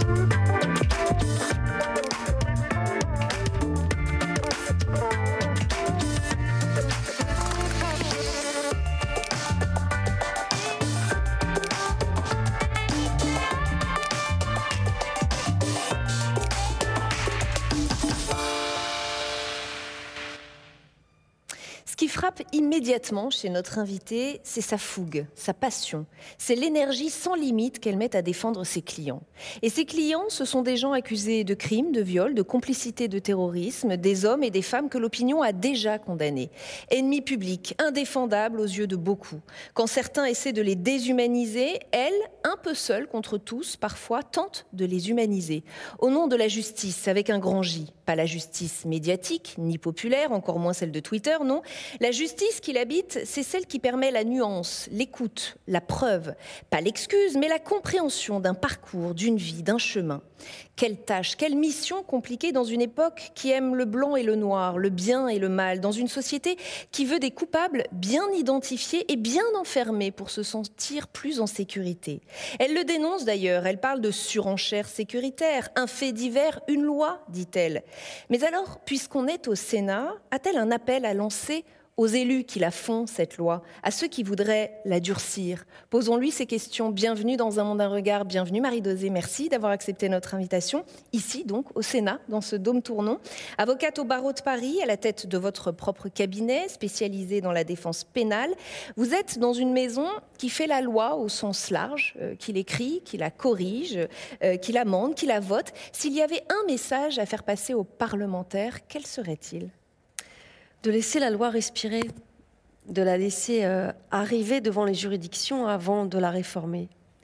Ce qui frappe immédiatement chez notre invitée, c'est sa fougue, sa passion. C'est l'énergie sans limite qu'elle met à défendre ses clients. Et ses clients, ce sont des gens accusés de crimes, de viols, de complicité de terrorisme, des hommes et des femmes que l'opinion a déjà condamnés. Ennemis publics, indéfendables aux yeux de beaucoup. Quand certains essaient de les déshumaniser, elle, un peu seule contre tous, parfois tente de les humaniser. Au nom de la justice, avec un grand J. Pas la justice médiatique, ni populaire, encore moins celle de Twitter, non. La justice qui l'habite, c'est celle qui permet la nuance, l'écoute, la preuve. Pas l'excuse, mais la compréhension d'un parcours, d'une vie, d'un chemin. Quelle tâche, quelle mission compliquée dans une époque qui aime le blanc et le noir, le bien et le mal, dans une société qui veut des coupables bien identifiés et bien enfermés pour se sentir plus en sécurité. Elle le dénonce d'ailleurs, elle parle de surenchère sécuritaire, un fait divers, une loi, dit-elle. Mais alors, puisqu'on est au Sénat, a-t-elle un appel à lancer aux élus qui la font, cette loi, à ceux qui voudraient la durcir? Posons-lui ces questions. Bienvenue dans Un monde, un regard. Bienvenue Marie Dauzé. Merci d'avoir accepté notre invitation. Ici, donc, au Sénat, dans ce dôme tournant. Avocate au barreau de Paris, à la tête de votre propre cabinet, spécialisé dans la défense pénale. Vous êtes dans une maison qui fait la loi au sens large, qui l'écrit, qui la corrige, qui l'amende, qui la vote. S'il y avait un message à faire passer aux parlementaires, quel serait-il ? De laisser la loi respirer, de la laisser arriver devant les juridictions avant de la réformer.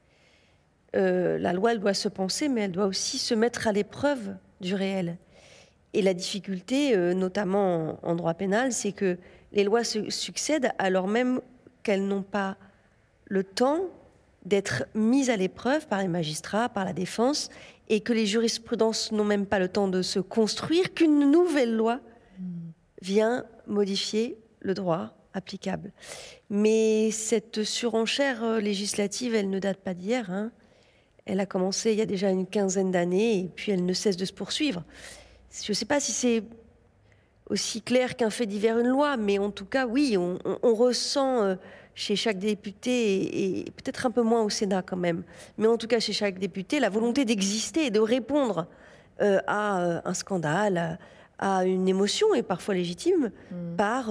La loi, elle doit se penser, mais elle doit aussi se mettre à l'épreuve du réel. Et la difficulté, notamment en droit pénal, c'est que les lois se succèdent alors même qu'elles n'ont pas le temps d'être mises à l'épreuve par les magistrats, par la défense, et que les jurisprudences n'ont même pas le temps de se construire, qu'une nouvelle loi vient modifier le droit applicable. Mais cette surenchère législative, elle ne date pas d'hier. Elle a commencé il y a déjà une quinzaine d'années et puis elle ne cesse de se poursuivre. Je ne sais pas si c'est aussi clair qu'un fait divers une loi, mais en tout cas, oui, on ressent chez chaque député, et peut-être un peu moins au Sénat quand même, mais en tout cas chez chaque député, la volonté d'exister et de répondre à un scandale, à une émotion, et parfois légitime, par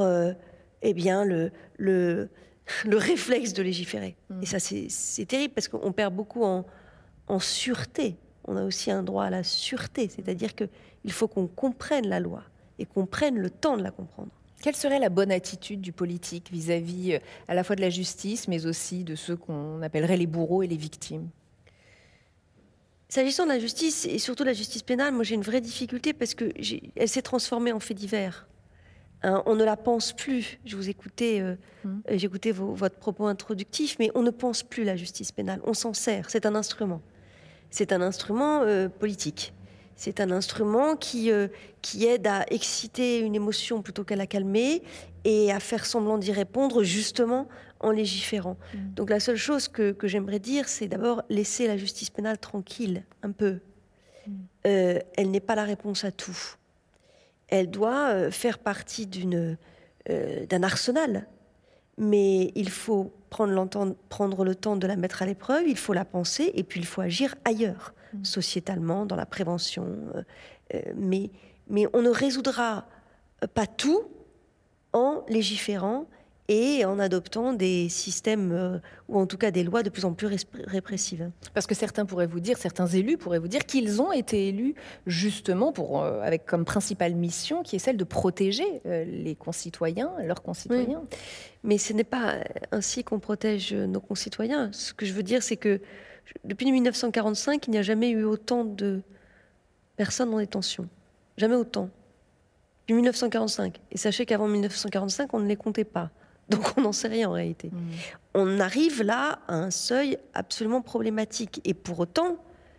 le réflexe de légiférer. Et ça, c'est terrible, parce qu'on perd beaucoup en sûreté. On a aussi un droit à la sûreté, c'est-à-dire qu'il faut qu'on comprenne la loi, et qu'on prenne le temps de la comprendre. Quelle serait la bonne attitude du politique vis-à-vis à la fois de la justice, mais aussi de ceux qu'on appellerait les bourreaux et les victimes ? S'agissant de la justice, et surtout de la justice pénale, moi j'ai une vraie difficulté parce qu'elle s'est transformée en fait divers. On ne la pense plus. Je vous écoutais, j'ai écouté votre propos introductif, mais on ne pense plus la justice pénale. On s'en sert. C'est un instrument. C'est un instrument politique. C'est un instrument qui aide à exciter une émotion plutôt qu'à la calmer et à faire semblant d'y répondre justement en légiférant. Donc la seule chose que j'aimerais dire, c'est d'abord laisser la justice pénale tranquille, un peu. Elle n'est pas la réponse à tout. Elle doit faire partie d'un arsenal. Mais il faut prendre le temps de la mettre à l'épreuve, il faut la penser, et puis il faut agir ailleurs, sociétalement, dans la prévention. Mais on ne résoudra pas tout en légiférant et en adoptant des systèmes, ou en tout cas des lois de plus en plus répressives. Parce que certains élus pourraient vous dire qu'ils ont été élus justement avec comme principale mission qui est celle de protéger les concitoyens, leurs concitoyens. Oui. Mais ce n'est pas ainsi qu'on protège nos concitoyens. Ce que je veux dire, c'est que depuis 1945, il n'y a jamais eu autant de personnes en détention. Jamais autant. Depuis 1945. Et sachez qu'avant 1945, on ne les comptait pas. Donc on n'en sait rien en réalité. On arrive là à un seuil absolument problématique. Et pour autant,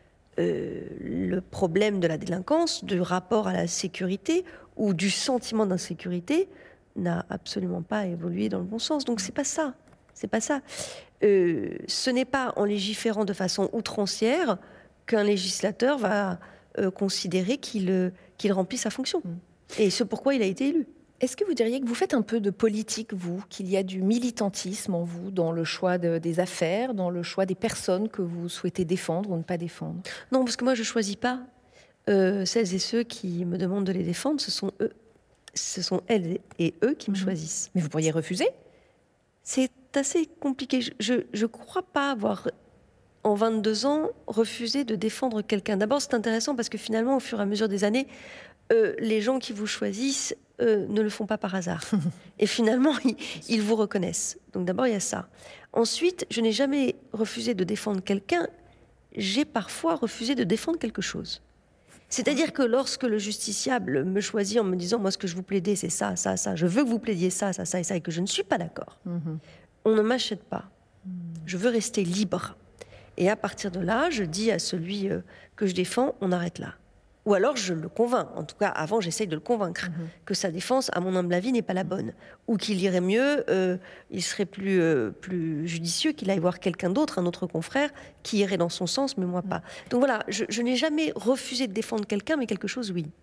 le problème de la délinquance, du rapport à la sécurité ou du sentiment d'insécurité n'a absolument pas évolué dans le bon sens. Donc c'est pas ça. C'est pas ça. Ce n'est pas en légiférant de façon outrancière qu'un législateur va considérer qu'il remplit sa fonction. Et ce pourquoi il a été élu. Est-ce que vous diriez que vous faites un peu de politique, vous, qu'il y a du militantisme en vous dans le choix des affaires, dans le choix des personnes que vous souhaitez défendre ou ne pas défendre? Non, parce que moi, je ne choisis pas celles et ceux qui me demandent de les défendre. Ce sont eux. Ce sont elles et eux qui me choisissent. Mais vous pourriez refuser? C'est assez compliqué. Je ne crois pas avoir, en 22 ans, refusé de défendre quelqu'un. D'abord, c'est intéressant parce que finalement, au fur et à mesure des années, les gens qui vous choisissent ne le font pas par hasard. Et finalement, ils vous reconnaissent. Donc d'abord, il y a ça. Ensuite, je n'ai jamais refusé de défendre quelqu'un. J'ai parfois refusé de défendre quelque chose. C'est-à-dire que lorsque le justiciable me choisit en me disant « moi, ce que je vous plaidez, c'est ça, ça, ça. Je veux que vous plaidiez ça, ça, ça et ça, et que je ne suis pas d'accord. On ne m'achète pas. Je veux rester libre. Et à partir de là, je dis à celui que je défends « on arrête là ». Ou alors je le convainc, en tout cas avant j'essaye de le convaincre que sa défense, à mon humble avis, n'est pas la bonne. Ou qu'il irait mieux, il serait plus judicieux qu'il aille voir quelqu'un d'autre, un autre confrère, qui irait dans son sens, mais moi pas. Donc voilà, je n'ai jamais refusé de défendre quelqu'un, mais quelque chose, oui.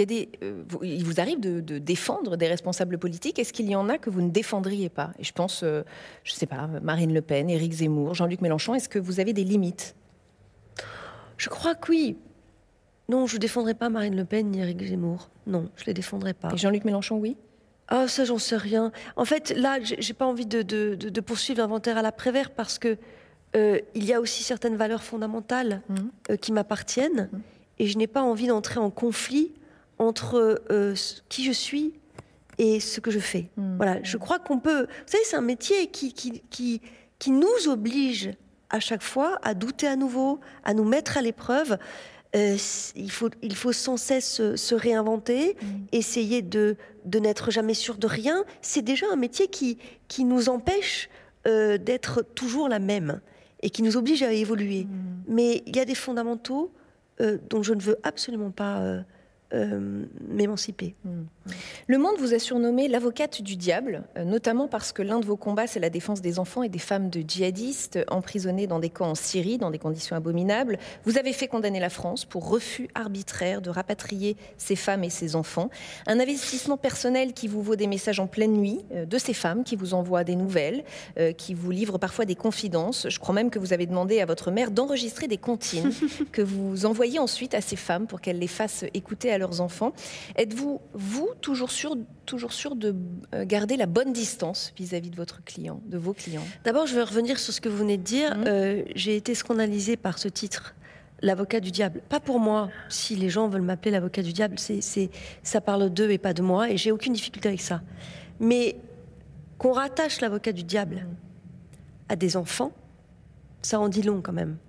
Il vous arrive de défendre des responsables politiques. Est-ce qu'il y en a que vous ne défendriez pas? Et je pense, je ne sais pas, Marine Le Pen, Éric Zemmour, Jean-Luc Mélenchon. Est-ce que vous avez des limites? Je crois que oui. Non, je ne défendrai pas Marine Le Pen ni Éric Zemmour. Non, je ne les défendrai pas. Et Jean-Luc Mélenchon, oui? Ah, ça, j'en sais rien. En fait, là, j'ai pas envie de poursuivre l'inventaire à l'après-vert parce que il y a aussi certaines valeurs fondamentales qui m'appartiennent et je n'ai pas envie d'entrer en conflit entre qui je suis et ce que je fais. Voilà, je crois qu'on peut... Vous savez, c'est un métier qui nous oblige à chaque fois à douter à nouveau, à nous mettre à l'épreuve. Il faut sans cesse se réinventer, essayer de n'être jamais sûr de rien. C'est déjà un métier qui nous empêche d'être toujours la même et qui nous oblige à évoluer. Mais il y a des fondamentaux dont je ne veux absolument pas m'émanciper. Le Monde vous a surnommé l'avocate du diable, notamment parce que l'un de vos combats, c'est la défense des enfants et des femmes de djihadistes emprisonnés dans des camps en Syrie, dans des conditions abominables. Vous avez fait condamner la France pour refus arbitraire de rapatrier ces femmes et ces enfants. Un investissement personnel qui vous vaut des messages en pleine nuit de ces femmes qui vous envoient des nouvelles, qui vous livrent parfois des confidences. Je crois même que vous avez demandé à votre mère d'enregistrer des comptines que vous envoyez ensuite à ces femmes pour qu'elles les fassent écouter à leurs enfants. Êtes-vous, vous, toujours sûr de garder la bonne distance vis-à-vis de votre client, de vos clients? D'abord, je vais revenir sur ce que vous venez de dire. J'ai été scandalisée par ce titre, l'avocat du diable. Pas pour moi. Si les gens veulent m'appeler l'avocat du diable, ça parle d'eux et pas de moi, et j'ai aucune difficulté avec ça. Mais qu'on rattache l'avocat du diable à des enfants, ça en dit long quand même.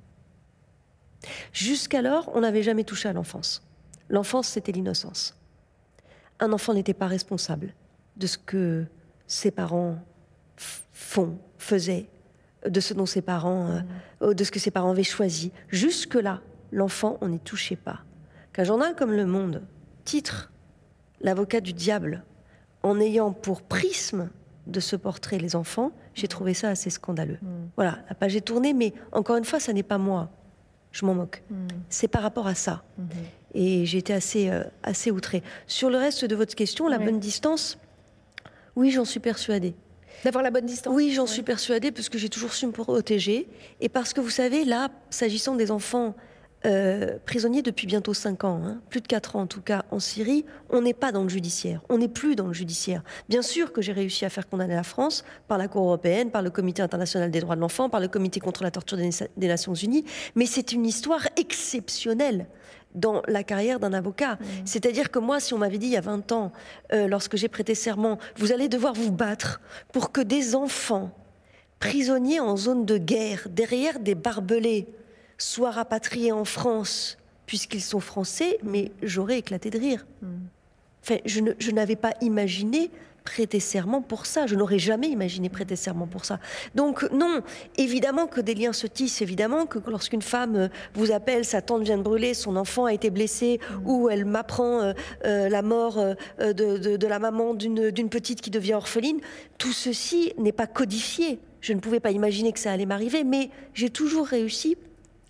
Jusqu'alors, on n'avait jamais touché à l'enfance. L'enfance, c'était l'innocence. Un enfant n'était pas responsable de ce que ses parents faisaient, de ce dont ses parents, de ce que ses parents avaient choisi. Jusque-là, l'enfant, on n'y touchait pas. Qu'un journal comme Le Monde titre l'avocat du diable en ayant pour prisme de ce portrait les enfants, j'ai trouvé ça assez scandaleux. Voilà, la page est tournée, mais encore une fois, ça n'est pas moi. Je m'en moque. C'est par rapport à ça. Et j'ai été assez outrée. Sur le reste de votre question, la bonne distance, oui, j'en suis persuadée. D'avoir la bonne distance? Oui, j'en suis persuadée, parce que j'ai toujours su me protéger. Et parce que, vous savez, là, s'agissant des enfants prisonniers depuis bientôt 5 ans, plus de 4 ans en tout cas, en Syrie, on n'est pas dans le judiciaire. On n'est plus dans le judiciaire. Bien sûr que j'ai réussi à faire condamner la France par la Cour européenne, par le Comité international des droits de l'enfant, par le Comité contre la torture des Nations Unies, mais c'est une histoire exceptionnelle dans la carrière d'un avocat. C'est-à-dire que moi, si on m'avait dit il y a 20 ans, lorsque j'ai prêté serment, vous allez devoir vous battre pour que des enfants prisonniers en zone de guerre, derrière des barbelés, soient rapatriés en France, puisqu'ils sont français, mais j'aurais éclaté de rire. Enfin, je n'avais pas imaginé prêter serment pour ça. Je n'aurais jamais imaginé prêter serment pour ça. Donc non, évidemment que des liens se tissent, évidemment que lorsqu'une femme vous appelle, sa tante vient de brûler, son enfant a été blessé, ou elle m'apprend la mort de la maman d'une petite qui devient orpheline, tout ceci n'est pas codifié. Je ne pouvais pas imaginer que ça allait m'arriver, mais j'ai toujours réussi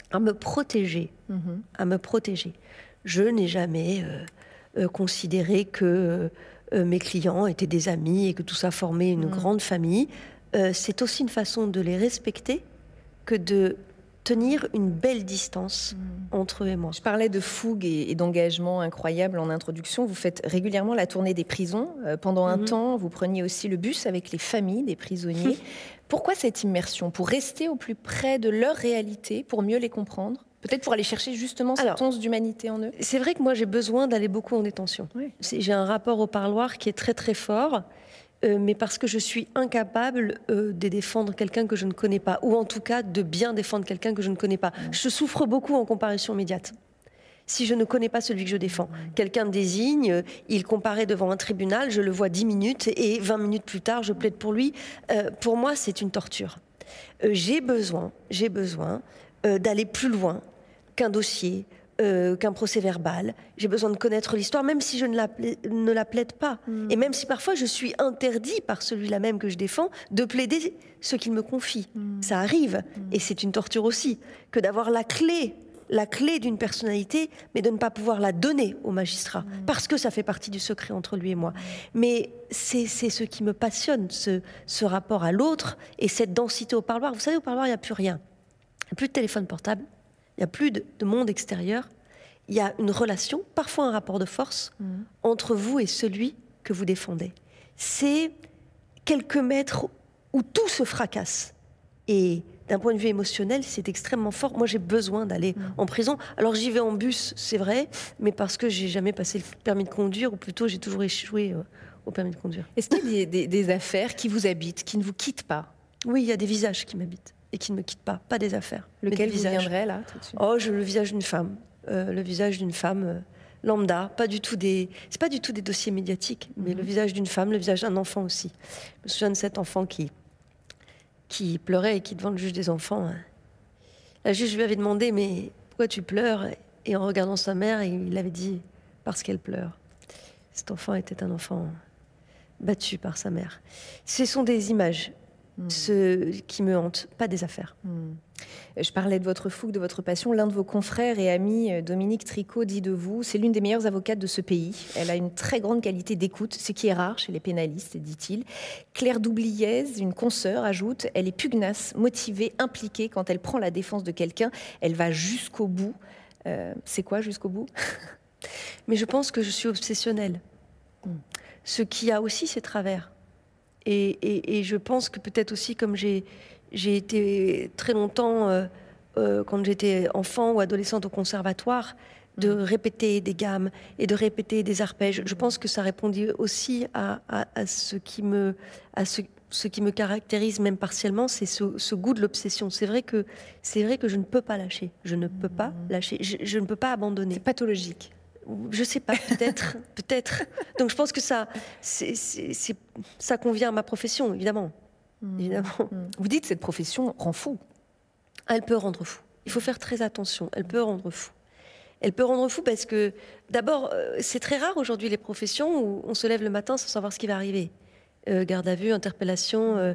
à me protéger. À me protéger. Je n'ai jamais considéré que mes clients étaient des amis et que tout ça formait une grande famille. C'est aussi une façon de les respecter que de tenir une belle distance entre eux et moi. Je parlais de fougue et d'engagement incroyable en introduction. Vous faites régulièrement la tournée des prisons. Pendant un temps, vous preniez aussi le bus avec les familles des prisonniers. Pourquoi cette immersion? Pour rester au plus près de leur réalité, pour mieux les comprendre? Peut-être pour aller chercher justement cette once d'humanité en eux? C'est vrai que moi, j'ai besoin d'aller beaucoup en détention. Oui. J'ai un rapport au parloir qui est très très fort. Mais parce que je suis incapable de défendre quelqu'un que je ne connais pas, ou en tout cas de bien défendre quelqu'un que je ne connais pas. Je souffre beaucoup en comparution immédiate. Si je ne connais pas celui que je défends, quelqu'un me désigne, il comparaît devant un tribunal, je le vois 10 minutes et 20 minutes plus tard, je plaide pour lui. Pour moi, c'est une torture. J'ai besoin d'aller plus loin qu'un dossier, qu'un procès verbal. J'ai besoin de connaître l'histoire, même si je ne la plaide pas. Et même si parfois je suis interdit par celui-là même que je défends de plaider ce qu'il me confie. Ça arrive, et c'est une torture aussi, que d'avoir la clé d'une personnalité, mais de ne pas pouvoir la donner au magistrat, parce que ça fait partie du secret entre lui et moi. Mais c'est ce qui me passionne, ce rapport à l'autre, et cette densité au parloir. Vous savez, au parloir, il n'y a plus rien. Il n'y a plus de téléphone portable. Il n'y a plus de monde extérieur. Il y a une relation, parfois un rapport de force, entre vous et celui que vous défendez. C'est quelques mètres où tout se fracasse. Et d'un point de vue émotionnel, c'est extrêmement fort. Moi, j'ai besoin d'aller en prison. Alors, j'y vais en bus, c'est vrai, mais parce que j'ai jamais passé le permis de conduire, ou plutôt, j'ai toujours échoué au permis de conduire. Est-ce qu'il y a des affaires qui vous habitent, qui ne vous quittent pas? Oui, il y a des visages qui m'habitent et qui ne me quittent pas des affaires. Lequel vous viendrait là tout de suite? Le visage d'une femme. Le visage d'une femme lambda, c'est pas du tout des dossiers médiatiques, mais le visage d'une femme, le visage d'un enfant aussi. Je me souviens de cet enfant qui pleurait et qui, devant le juge des enfants, la juge lui avait demandé « Mais pourquoi tu pleures ?» Et en regardant sa mère, il avait dit « Parce qu'elle pleure ». Cet enfant était un enfant battu par sa mère. Ce sont des images qui me hantent, pas des affaires. Je parlais de votre fougue, de votre passion. L'un de vos confrères et amis, Dominique Tricot, dit de vous: c'est l'une des meilleures avocates de ce pays. Elle a une très grande qualité d'écoute, ce qui est rare chez les pénalistes, dit-il. Claire Doubliez, une consoeur, ajoute: elle est pugnace, motivée, impliquée. Quand elle prend la défense de quelqu'un, elle va jusqu'au bout. C'est quoi jusqu'au bout? Mais je pense que je suis obsessionnelle. Ce qui a aussi ses travers. Et je pense que peut-être aussi, comme j'ai été très longtemps, quand j'étais enfant ou adolescente au conservatoire, de répéter des gammes et de répéter des arpèges. Je pense que ça répondait aussi à ce qui me caractérise, même partiellement, c'est ce goût de l'obsession. C'est vrai que je ne peux pas lâcher. Je ne peux pas lâcher. Je ne peux pas abandonner. C'est pathologique. Je sais pas, peut-être. Donc je pense que ça convient à ma profession, évidemment. Vous dites que cette profession rend fou. Elle peut rendre fou. Il faut faire très attention. Elle peut rendre fou. Elle peut rendre fou parce que, d'abord, c'est très rare aujourd'hui les professions où on se lève le matin sans savoir ce qui va arriver. Garde à vue, interpellation,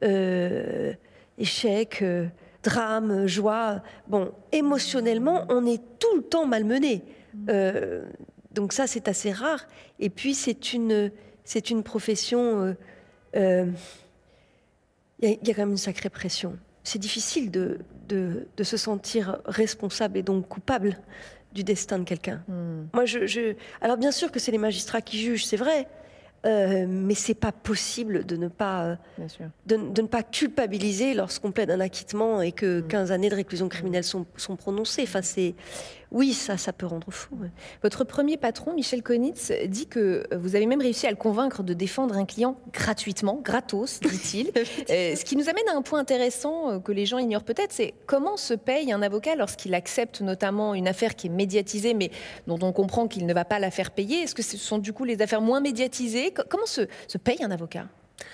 échec, drame, joie. Bon, émotionnellement, on est tout le temps malmené. Donc ça, c'est assez rare. Et puis, c'est une profession... Il y a quand même une sacrée pression. C'est difficile de se sentir responsable et donc coupable du destin de quelqu'un. Moi, alors bien sûr que c'est les magistrats qui jugent, c'est vrai, mais c'est pas possible de ne pas culpabiliser lorsqu'on plaide un acquittement et que 15 années de réclusion criminelle sont prononcées. Enfin, oui, ça peut rendre fou. Ouais. Votre premier patron, Michel Konitz, dit que vous avez même réussi à le convaincre de défendre un client gratuitement, gratos, dit-il. Ce qui nous amène à un point intéressant que les gens ignorent peut-être, c'est comment se paye un avocat lorsqu'il accepte notamment une affaire qui est médiatisée, mais dont on comprend qu'il ne va pas la faire payer. Est-ce que ce sont du coup les affaires moins médiatisées? Comment se paye un avocat?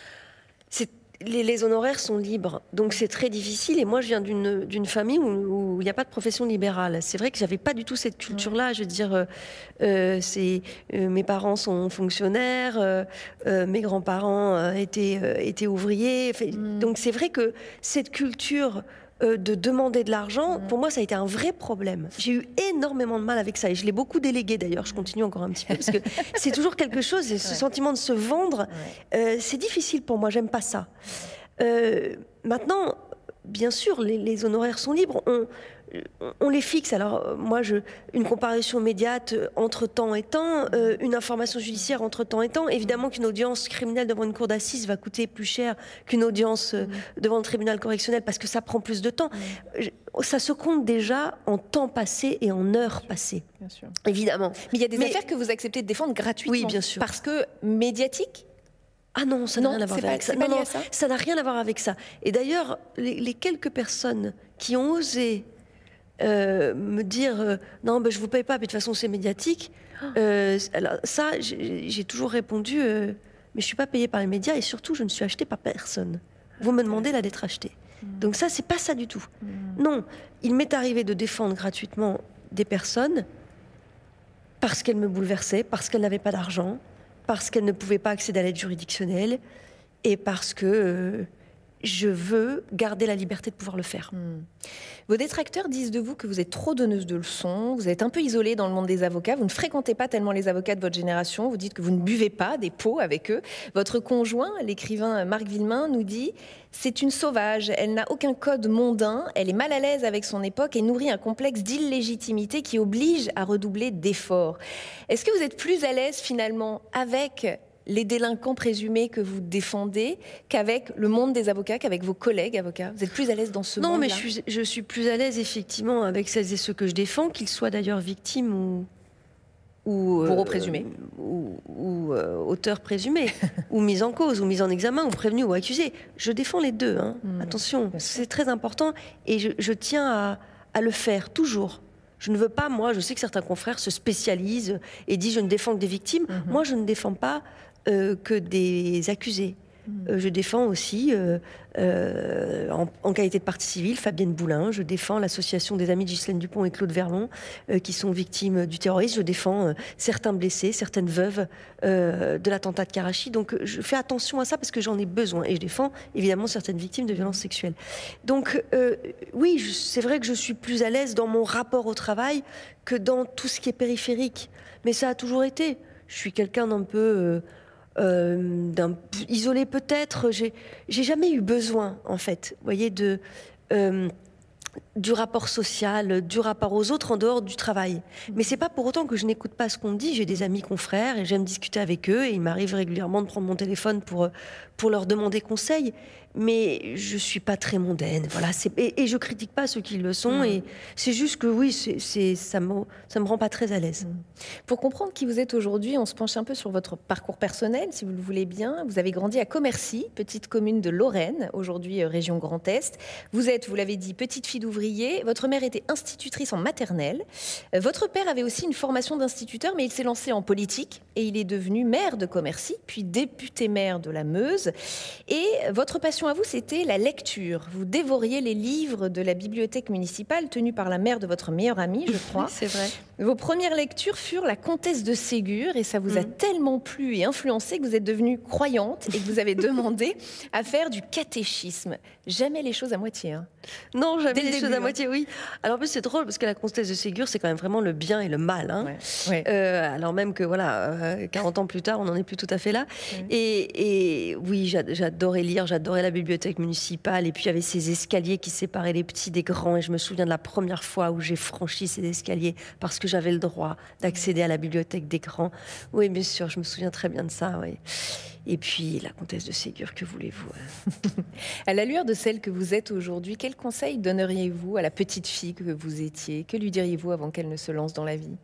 Les honoraires sont libres, donc c'est très difficile. Et moi, je viens d'une famille où il n'y a pas de profession libérale. C'est vrai que j'avais pas du tout cette culture-là. Je veux dire, mes parents sont fonctionnaires, mes grands-parents étaient ouvriers. Donc c'est vrai que cette culture de demander de l'argent, pour moi, ça a été un vrai problème. J'ai eu énormément de mal avec ça et je l'ai beaucoup délégué d'ailleurs. Je continue encore un petit peu parce que c'est toujours quelque chose. Et ce sentiment de se vendre, c'est difficile pour moi. J'aime pas ça. Maintenant, bien sûr, les honoraires sont libres. On les fixe. Alors, moi, une comparution immédiate entre temps et temps, une information judiciaire entre temps et temps. Évidemment qu'une audience criminelle devant une cour d'assises va coûter plus cher qu'une audience devant le tribunal correctionnel parce que ça prend plus de temps. Ça se compte déjà en temps passé et en heures passées. Bien sûr. Évidemment. Mais il y a des affaires que vous acceptez de défendre gratuitement. Oui, bien sûr. Parce que médiatique. Ah non, ça n'a rien à voir avec ça. Non, ça n'a rien à voir avec ça. Et d'ailleurs, les quelques personnes qui ont osé me dire non, ben, je vous paye pas, mais de toute façon c'est médiatique. Alors, ça, j'ai toujours répondu mais je suis pas payée par les médias et surtout je ne suis achetée par personne. Vous me demandez là d'être achetée. Donc ça, c'est pas ça du tout. Non, il m'est arrivé de défendre gratuitement des personnes parce qu'elles me bouleversaient, parce qu'elles n'avaient pas d'argent, parce qu'elles ne pouvaient pas accéder à l'aide juridictionnelle et parce que je veux garder la liberté de pouvoir le faire. Vos détracteurs disent de vous que vous êtes trop donneuse de leçons, vous êtes un peu isolée dans le monde des avocats, vous ne fréquentez pas tellement les avocats de votre génération, vous dites que vous ne buvez pas des pots avec eux. Votre conjoint, l'écrivain Marc Villemain, nous dit « C'est une sauvage, elle n'a aucun code mondain, elle est mal à l'aise avec son époque et nourrit un complexe d'illégitimité qui oblige à redoubler d'efforts. » Est-ce que vous êtes plus à l'aise finalement avec les délinquants présumés que vous défendez qu'avec le monde des avocats, qu'avec vos collègues avocats? Vous êtes plus à l'aise dans ce monde-là? Non, mais je suis plus à l'aise effectivement avec celles et ceux que je défends, qu'ils soient d'ailleurs victimes ou bourreaux présumés, ou auteurs présumés, ou mis en cause, ou mis en examen, ou prévenus, ou accusés. Je défends les deux, hein. Attention, c'est très important, et je tiens à le faire, toujours. Je ne veux pas, moi, je sais que certains confrères se spécialisent et disent je ne défends que des victimes. Moi, je ne défends pas que des accusés. Je défends aussi, en qualité de partie civile, Fabienne Boulin. Je défends l'association des amis de Ghislaine Dupont et Claude Verlon, qui sont victimes du terrorisme. Je défends certains blessés, certaines veuves de l'attentat de Karachi. Donc je fais attention à ça parce que j'en ai besoin. Et je défends évidemment certaines victimes de violences sexuelles. Donc oui, c'est vrai que je suis plus à l'aise dans mon rapport au travail que dans tout ce qui est périphérique. Mais ça a toujours été. Je suis quelqu'un d'un peu... isolé peut-être, j'ai jamais eu besoin en fait, vous voyez, du rapport social, du rapport aux autres en dehors du travail. Mais c'est pas pour autant que je n'écoute pas ce qu'on me dit. J'ai des amis confrères et j'aime discuter avec eux et il m'arrive régulièrement de prendre mon téléphone pour leur demander conseil. Mais je suis pas très mondaine, voilà. Et je critique pas ceux qui le sont. Et c'est juste que oui, ça me rend pas très à l'aise. Pour comprendre qui vous êtes aujourd'hui, on se penche un peu sur votre parcours personnel, si vous le voulez bien. Vous avez grandi à Commercy, petite commune de Lorraine, aujourd'hui région Grand Est. Vous êtes, vous l'avez dit, petite fille d'ouvrier. Votre mère était institutrice en maternelle. Votre père avait aussi une formation d'instituteur, mais il s'est lancé en politique et il est devenu maire de Commercy, puis député-maire de la Meuse. Et votre passion à vous, c'était la lecture. Vous dévoriez les livres de la bibliothèque municipale tenue par la mère de votre meilleure amie, je crois. Oui, c'est vrai. Vos premières lectures furent La Comtesse de Ségur et ça vous a tellement plu et influencé que vous êtes devenue croyante et que vous avez demandé à faire du catéchisme. Jamais les choses à moitié. Hein. Non, jamais les choses à moitié, oui. Alors en plus, c'est drôle parce que La Comtesse de Ségur, c'est quand même vraiment le bien et le mal. Hein. Ouais. Alors même que, voilà, 40 ans plus tard, on n'en est plus tout à fait là. Et oui, j'adorais lire, j'adorais la bibliothèque municipale. Et puis, il y avait ces escaliers qui séparaient les petits des grands. Et je me souviens de la première fois où j'ai franchi ces escaliers parce que j'avais le droit d'accéder à la bibliothèque des grands. Oui, bien sûr, je me souviens très bien de ça, oui. Et puis, la Comtesse de Ségur, que voulez-vous? À la lueur de celle que vous êtes aujourd'hui, quel conseil donneriez-vous à la petite fille que vous étiez? Que lui diriez-vous avant qu'elle ne se lance dans la vie?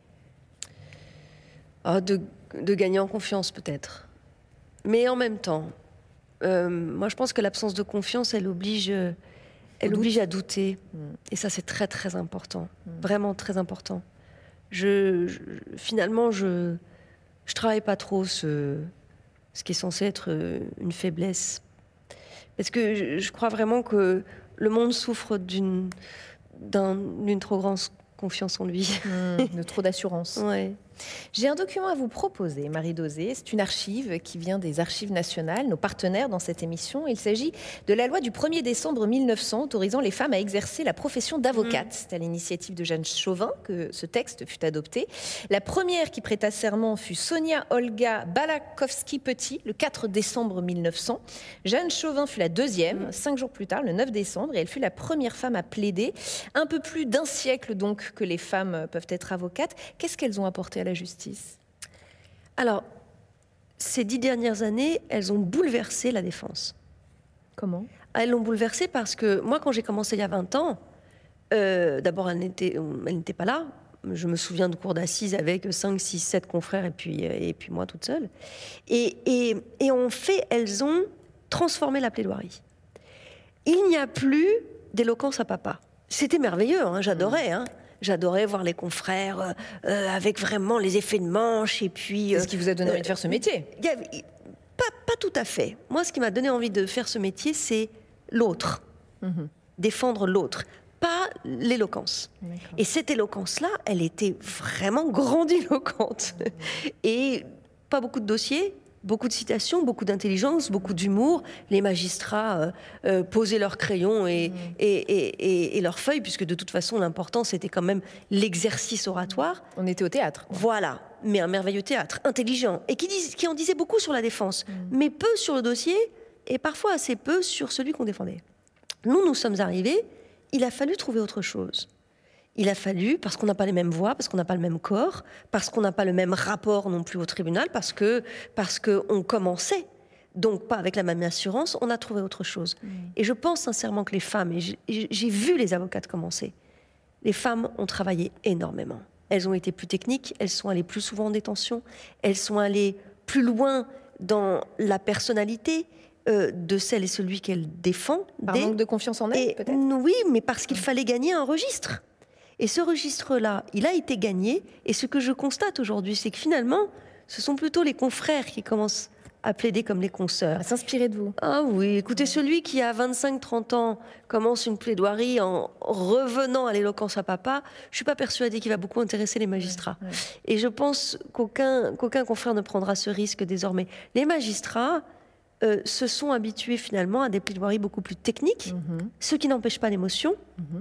De gagner en confiance, peut-être. Mais en même temps, moi, je pense que l'absence de confiance, elle oblige à douter. Et ça, c'est très, très important. Vraiment très important. Finalement, je travaille pas trop ce qui est censé être une faiblesse. Parce que je crois vraiment que le monde souffre d'une trop grande confiance en lui. De trop d'assurance. Ouais. J'ai un document à vous proposer, Marie Dauzé. C'est une archive qui vient des Archives nationales, nos partenaires dans cette émission. Il s'agit de la loi du 1er décembre 1900 autorisant les femmes à exercer la profession d'avocate. C'est à l'initiative de Jeanne Chauvin que ce texte fut adopté. La première qui prêta serment fut Sonia Olga Balakowski-Petit, le 4 décembre 1900. Jeanne Chauvin fut la deuxième, 5 jours plus tard, le 9 décembre, et elle fut la première femme à plaider. Un peu plus d'un siècle donc que les femmes peuvent être avocates. Qu'est-ce qu'elles ont apporté à la justice? Alors, ces 10 dernières années, elles ont bouleversé la défense. Comment? Elles l'ont bouleversée parce que moi, quand j'ai commencé il y a 20 ans, d'abord, elle n'était pas là. Je me souviens de cours d'assises avec 5, 6, 7 confrères et puis moi toute seule. Et en fait, elles ont transformé la plaidoirie. Il n'y a plus d'éloquence à papa. C'était merveilleux, hein, j'adorais. Hein. J'adorais voir les confrères avec vraiment les effets de manche et puis... C'est ce qui vous a donné envie de faire ce métier? Pas tout à fait. Moi, ce qui m'a donné envie de faire ce métier, c'est l'autre. Défendre l'autre, pas l'éloquence. Et cette éloquence-là, elle était vraiment grandiloquente. Et pas beaucoup de dossiers, beaucoup de citations, beaucoup d'intelligence, beaucoup d'humour. Les magistrats posaient leurs crayons et leurs feuilles, puisque de toute façon, l'important, c'était quand même l'exercice oratoire. On était au théâtre. Voilà, mais un merveilleux théâtre, intelligent, et qui en disait beaucoup sur la défense, mais peu sur le dossier, et parfois assez peu sur celui qu'on défendait. Nous sommes arrivés, il a fallu trouver autre chose. Il a fallu, parce qu'on n'a pas les mêmes voix, parce qu'on n'a pas le même corps, parce qu'on n'a pas le même rapport non plus au tribunal, parce qu'on commençait, donc pas avec la même assurance, on a trouvé autre chose. Et je pense sincèrement que les femmes, et j'ai vu les avocates commencer, les femmes ont travaillé énormément. Elles ont été plus techniques, elles sont allées plus souvent en détention, elles sont allées plus loin dans la personnalité de celle et celui qu'elles défendent. Par manque de confiance en elles, peut-être? Oui, mais parce qu'il fallait gagner un registre. Et ce registre-là, il a été gagné. Et ce que je constate aujourd'hui, c'est que finalement, ce sont plutôt les confrères qui commencent à plaider comme les consoeurs. À s'inspirer de vous. Ah oui, écoutez, celui qui a 25-30 ans commence une plaidoirie en revenant à l'éloquence à papa, je ne suis pas persuadée qu'il va beaucoup intéresser les magistrats. Et je pense qu'aucun confrère ne prendra ce risque désormais. Les magistrats se sont habitués finalement à des plaidoiries beaucoup plus techniques, ce qui n'empêche pas l'émotion.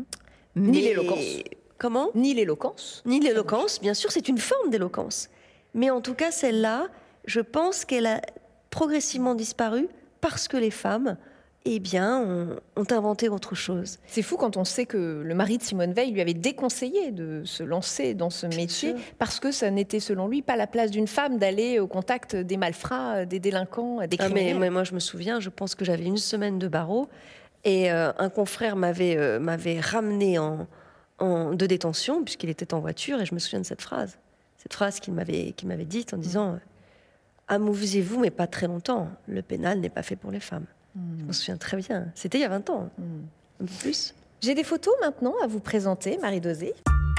Ni l'éloquence. Comment? Ni l'éloquence. Ni l'éloquence, bien sûr, c'est une forme d'éloquence. Mais en tout cas, celle-là, je pense qu'elle a progressivement disparu parce que les femmes, eh bien, ont inventé autre chose. C'est fou quand on sait que le mari de Simone Veil lui avait déconseillé de se lancer dans ce métier parce que ça n'était, selon lui, pas la place d'une femme d'aller au contact des malfrats, des délinquants, des criminels. Mais moi, je me souviens, je pense que j'avais une semaine de barreau et un confrère m'avait ramené de détention puisqu'il était en voiture et je me souviens de cette phrase qu'il m'avait dite en disant amusez-vous mais pas très longtemps, le pénal n'est pas fait pour les femmes. Je me souviens très bien, c'était il y a 20 ans, un peu plus. J'ai des photos maintenant à vous présenter, Marie Dauzé.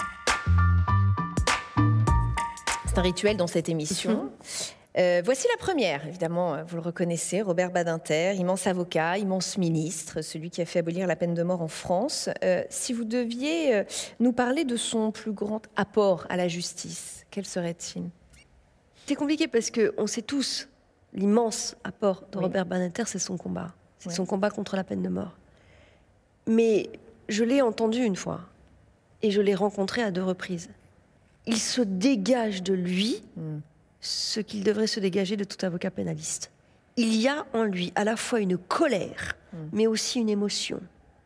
C'est un rituel dans cette émission. Voici la première, évidemment, vous le reconnaissez, Robert Badinter, immense avocat, immense ministre, celui qui a fait abolir la peine de mort en France. Si vous deviez nous parler de son plus grand apport à la justice, quel serait-il? C'est compliqué parce qu'on sait tous l'immense apport de Robert Badinter, c'est son combat. C'est son combat contre la peine de mort. Mais je l'ai entendu une fois et je l'ai rencontré à 2 reprises. Il se dégage de lui ce qu'il devrait se dégager de tout avocat pénaliste. Il y a en lui à la fois une colère, mais aussi une émotion,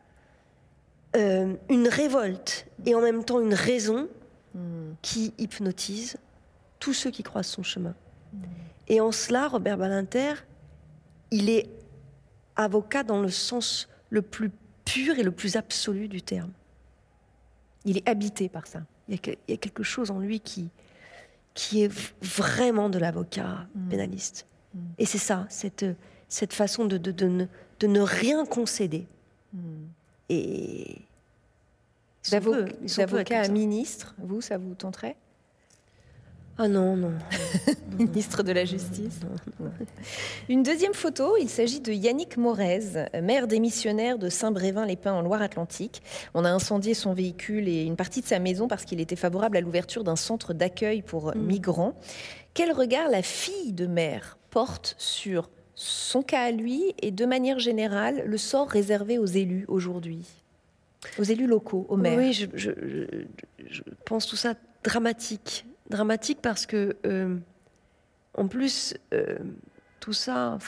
une révolte et en même temps une raison qui hypnotise tous ceux qui croisent son chemin. Et en cela, Robert Badinter, il est avocat dans le sens le plus pur et le plus absolu du terme. Il est habité par ça. Il y a quelque chose en lui qui est vraiment de l'avocat pénaliste. Et c'est ça, cette façon de ne rien concéder. Et d'avocat à ministre, vous, ça vous tenterait? Ah non, non. Ministre de la Justice. Une deuxième photo, il s'agit de Yannick Morez, maire démissionnaire de Saint-Brévin-les-Pins en Loire-Atlantique. On a incendié son véhicule et une partie de sa maison parce qu'il était favorable à l'ouverture d'un centre d'accueil pour migrants. Quel regard la fille de maire porte sur son cas à lui et de manière générale le sort réservé aux élus aujourd'hui, aux élus locaux, aux maires? Oui, je pense tout ça dramatique. Dramatique parce que, en plus, tout ça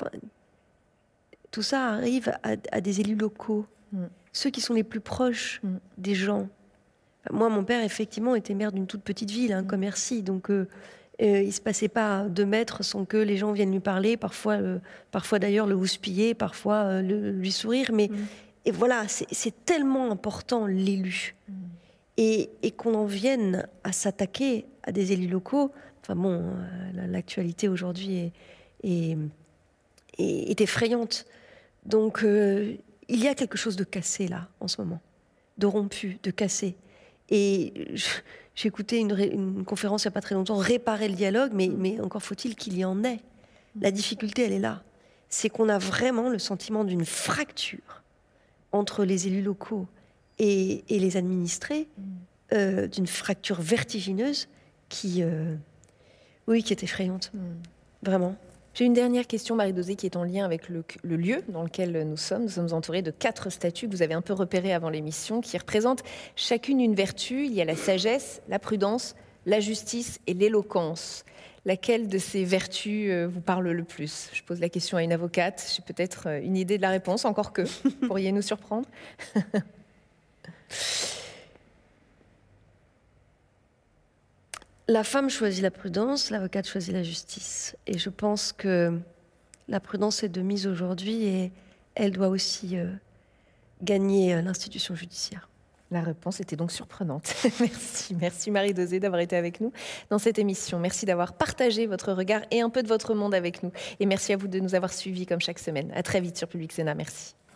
arrive à des élus locaux, ceux qui sont les plus proches des gens. Moi, mon père, effectivement, était maire d'une toute petite ville, Commercy, donc il ne se passait pas 2 mètres sans que les gens viennent lui parler, parfois d'ailleurs le houspiller, parfois lui sourire, mais et voilà, c'est tellement important, l'élu. Et qu'on en vienne à s'attaquer à des élus locaux, enfin bon, l'actualité aujourd'hui est effrayante. Donc il y a quelque chose de cassé là, en ce moment, de rompu, de cassé. Et j'ai écouté une conférence il n'y a pas très longtemps, réparer le dialogue, mais encore faut-il qu'il y en ait. La difficulté, elle est là. C'est qu'on a vraiment le sentiment d'une fracture entre les élus locaux et les administrés, d'une fracture vertigineuse qui est effrayante, vraiment. J'ai une dernière question, Marie Dauzé, qui est en lien avec le lieu dans lequel nous sommes. Nous sommes entourés de 4 statues que vous avez un peu repérées avant l'émission, qui représentent chacune une vertu. Il y a la sagesse, la prudence, la justice et l'éloquence. Laquelle de ces vertus vous parle le plus? Je pose la question à une avocate. J'ai peut-être une idée de la réponse, encore que. Pourriez nous surprendre? La femme choisit la prudence, l'avocate choisit la justice. Et je pense que la prudence est de mise aujourd'hui et elle doit aussi gagner l'institution judiciaire. La réponse était donc surprenante. Merci Marie Dauzé d'avoir été avec nous dans cette émission. Merci d'avoir partagé votre regard et un peu de votre monde avec nous. Et merci à vous de nous avoir suivis comme chaque semaine. À très vite sur Public Sénat. Merci.